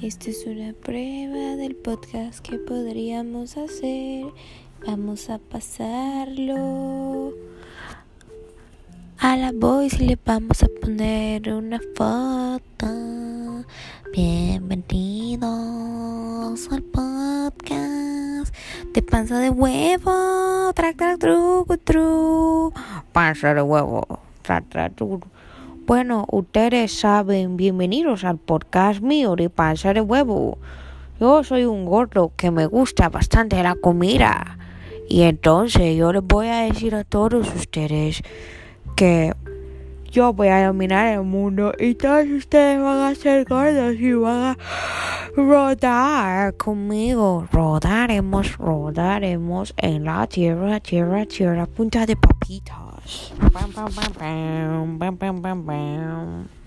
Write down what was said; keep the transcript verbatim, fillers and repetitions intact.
Esta es una prueba del podcast que podríamos hacer. Vamos a pasarlo a la voice y le vamos a poner una foto. Bienvenidos al podcast de panza de huevo. Trac, trac, tru, tru. Panza de huevo. Trac, trac, tru. Bueno, ustedes saben, bienvenidos al podcast mío de panza de huevo. Yo soy un gordo que me gusta bastante la comida. Y entonces yo les voy a decir a todos ustedes que yo voy a dominar el mundo y todos ustedes van a ser gordos y van a rodar conmigo. Rodaremos, rodaremos en la tierra, tierra, tierra, punta de papitas. Bam, bam, bam, bam, bam, bam, bam, bam.